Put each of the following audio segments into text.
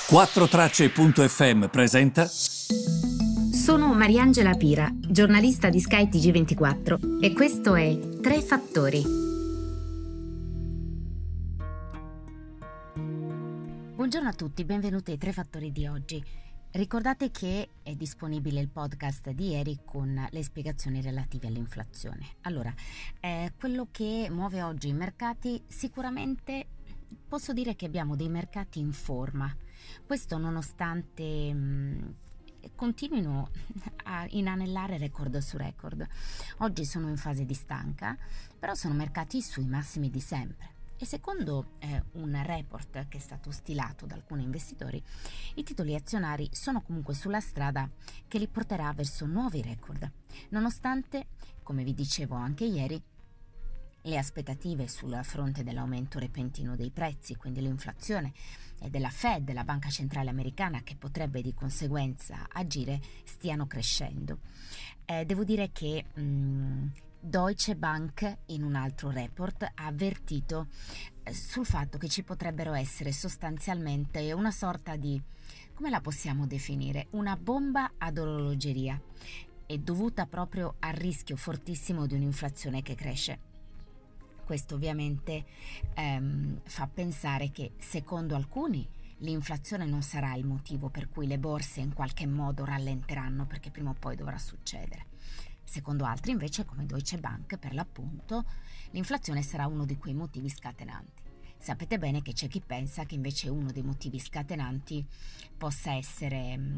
4Tracce.fm presenta. Sono Mariangela Pira, giornalista di Sky TG24 e questo è Tre Fattori. Buongiorno a tutti, benvenuti ai Tre Fattori di oggi. Ricordate che è disponibile il podcast di ieri con le spiegazioni relative all'inflazione. Allora, quello che muove oggi i mercati, sicuramente posso dire che abbiamo dei mercati in forma. Questo nonostante continuino a inanellare record su record. Oggi sono in fase di stanca, però sono mercati sui massimi di sempre. E secondo un report che è stato stilato da alcuni investitori, i titoli azionari sono comunque sulla strada che li porterà verso nuovi record, nonostante, come vi dicevo anche ieri, le aspettative sul fronte dell'aumento repentino dei prezzi, quindi l'inflazione, e della Fed, la banca centrale americana, che potrebbe di conseguenza agire, stiano crescendo. Devo dire che Deutsche Bank, in un altro report, ha avvertito sul fatto che ci potrebbero essere sostanzialmente una sorta di, come la possiamo definire, una bomba ad orologeria, è dovuta proprio al rischio fortissimo di un'inflazione che cresce. Questo ovviamente fa pensare che, secondo alcuni, l'inflazione non sarà il motivo per cui le borse in qualche modo rallenteranno, perché prima o poi dovrà succedere. Secondo altri, invece, come Deutsche Bank, per l'appunto, l'inflazione sarà uno di quei motivi scatenanti. Sapete bene che c'è chi pensa che invece uno dei motivi scatenanti possa essere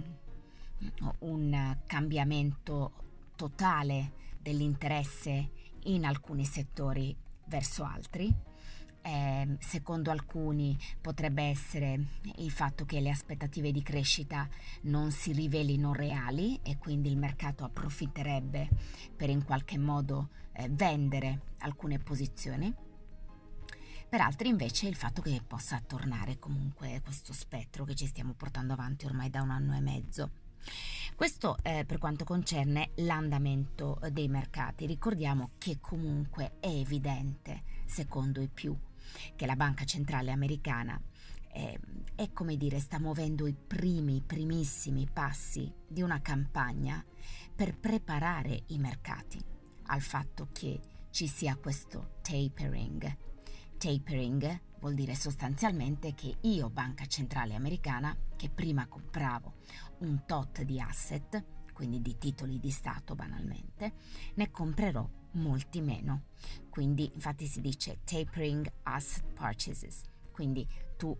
un cambiamento totale dell'interesse in alcuni settori verso altri. Secondo alcuni potrebbe essere il fatto che le aspettative di crescita non si rivelino reali e quindi il mercato approfitterebbe per in qualche modo vendere alcune posizioni. Per altri invece il fatto che possa tornare comunque questo spettro che ci stiamo portando avanti ormai da 1 anno e mezzo. Questo per quanto concerne l'andamento dei mercati. Ricordiamo che comunque è evidente, secondo i più, che la banca centrale americana è come dire, sta muovendo i primissimi passi di una campagna per preparare i mercati al fatto che ci sia questo tapering. Tapering vuol dire sostanzialmente che io, banca centrale americana, che prima compravo un tot di asset, quindi di titoli di Stato banalmente, ne comprerò molti meno. Quindi infatti si dice tapering asset purchases, quindi tu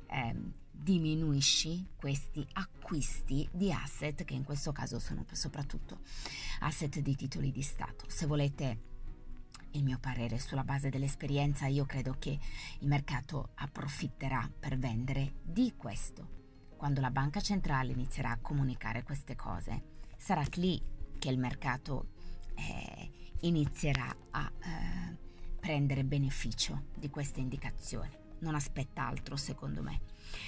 diminuisci questi acquisti di asset, che in questo caso sono soprattutto asset di titoli di Stato. Se volete il mio parere sulla base dell'esperienza, io credo che il mercato approfitterà per vendere di questo. Quando la banca centrale inizierà a comunicare queste cose, sarà lì che il mercato inizierà a prendere beneficio di queste indicazioni. Non aspetta altro, secondo me.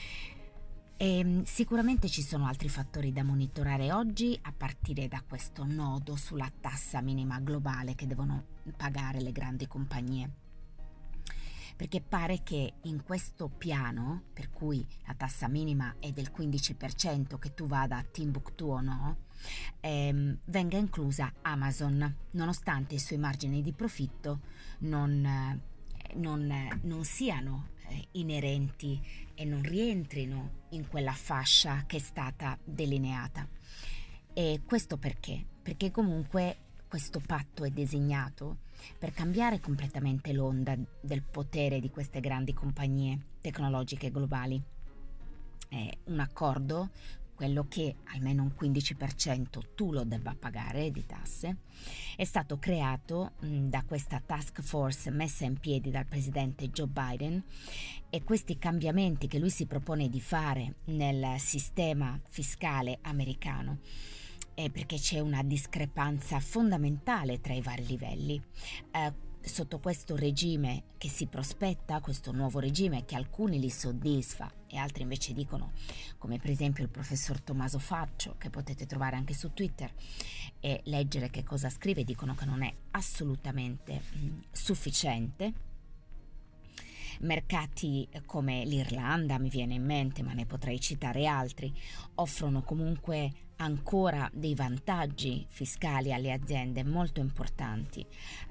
E sicuramente ci sono altri fattori da monitorare oggi, a partire da questo nodo sulla tassa minima globale che devono pagare le grandi compagnie, perché pare che in questo piano, per cui la tassa minima è del 15%, che tu vada a Timbuktu o no, venga inclusa Amazon, nonostante i suoi margini di profitto non siano inerenti e non rientrino in quella fascia che è stata delineata. E questo perché? Perché comunque questo patto è disegnato per cambiare completamente l'onda del potere di queste grandi compagnie tecnologiche globali. È un accordo, quello che almeno un 15% tu lo debba pagare di tasse, è stato creato da questa task force messa in piedi dal presidente Joe Biden, e questi cambiamenti che lui si propone di fare nel sistema fiscale americano è perché c'è una discrepanza fondamentale tra i vari livelli. Sotto questo regime che si prospetta, questo nuovo regime che alcuni li soddisfa e altri invece dicono, come per esempio il professor Tommaso Faccio, che potete trovare anche su Twitter e leggere che cosa scrive, dicono che non è assolutamente sufficiente. Mercati come l'Irlanda, mi viene in mente, ma ne potrei citare altri, offrono comunque ancora dei vantaggi fiscali alle aziende molto importanti.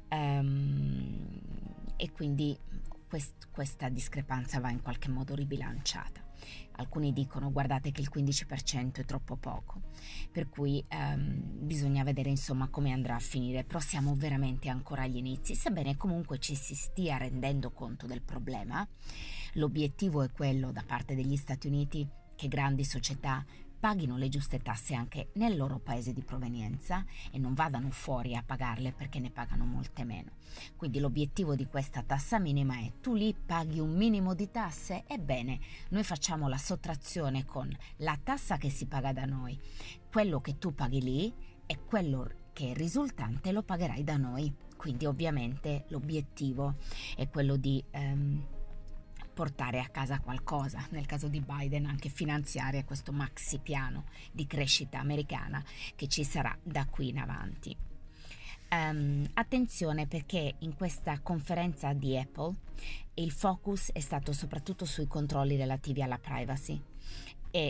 E quindi questa discrepanza va in qualche modo ribilanciata. Alcuni dicono guardate che il 15% è troppo poco, per cui bisogna vedere insomma come andrà a finire, però siamo veramente ancora agli inizi, sebbene comunque ci si stia rendendo conto del problema. L'obiettivo è quello da parte degli Stati Uniti che grandi società paghino le giuste tasse anche nel loro paese di provenienza e non vadano fuori a pagarle perché ne pagano molte meno. Quindi l'obiettivo di questa tassa minima è: tu lì paghi un minimo di tasse? Ebbene, noi facciamo la sottrazione con la tassa che si paga da noi, quello che tu paghi lì e quello che è risultante lo pagherai da noi. Quindi ovviamente l'obiettivo è quello di portare a casa qualcosa, nel caso di Biden anche finanziare questo maxi piano di crescita americana che ci sarà da qui in avanti. Attenzione, perché in questa conferenza di Apple il focus è stato soprattutto sui controlli relativi alla privacy e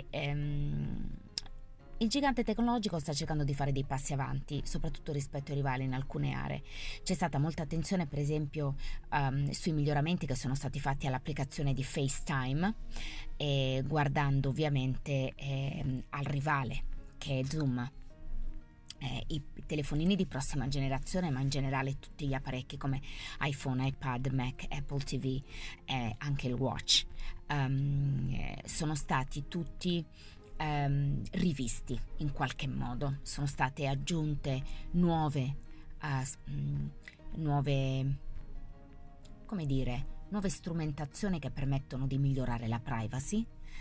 il gigante tecnologico sta cercando di fare dei passi avanti, soprattutto rispetto ai rivali in alcune aree. C'è stata molta attenzione, per esempio, sui miglioramenti che sono stati fatti all'applicazione di FaceTime, guardando ovviamente al rivale, che è Zoom. I telefonini di prossima generazione, ma in generale tutti gli apparecchi come iPhone, iPad, Mac, Apple TV e anche il Watch sono stati tutti rivisti in qualche modo, sono state aggiunte nuove strumentazioni che permettono di migliorare la privacy,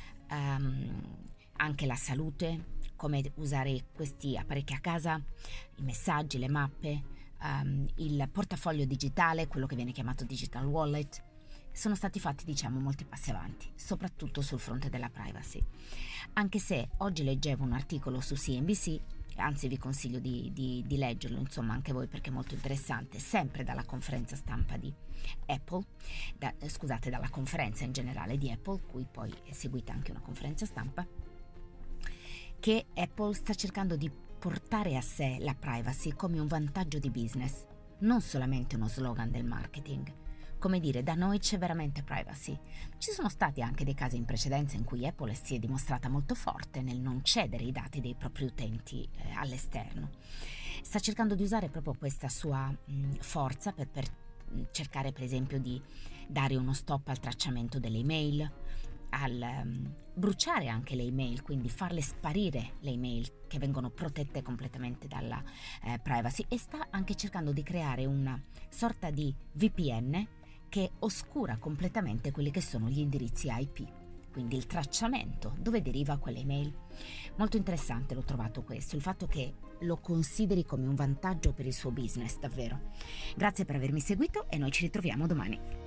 anche la salute, come usare questi apparecchi a casa, i messaggi, le mappe, il portafoglio digitale, quello che viene chiamato digital wallet. Sono stati fatti, molti passi avanti, soprattutto sul fronte della privacy. Anche se oggi leggevo un articolo su CNBC, anzi vi consiglio di leggerlo, insomma, anche voi, perché è molto interessante, sempre dalla conferenza stampa di Apple, dalla conferenza in generale di Apple, cui poi è seguita anche una conferenza stampa, che Apple sta cercando di portare a sé la privacy come un vantaggio di business, non solamente uno slogan del marketing. Come dire, da noi c'è veramente privacy. Ci sono stati anche dei casi in precedenza in cui Apple si è dimostrata molto forte nel non cedere i dati dei propri utenti all'esterno. Sta cercando di usare proprio questa sua forza per cercare, per esempio, di dare uno stop al tracciamento delle email, al bruciare anche le email, quindi farle sparire le email che vengono protette completamente dalla privacy, e sta anche cercando di creare una sorta di VPN che oscura completamente quelli che sono gli indirizzi IP, quindi il tracciamento, dove deriva quelle email. Molto interessante l'ho trovato questo, il fatto che lo consideri come un vantaggio per il suo business, davvero. Grazie per avermi seguito e noi ci ritroviamo domani.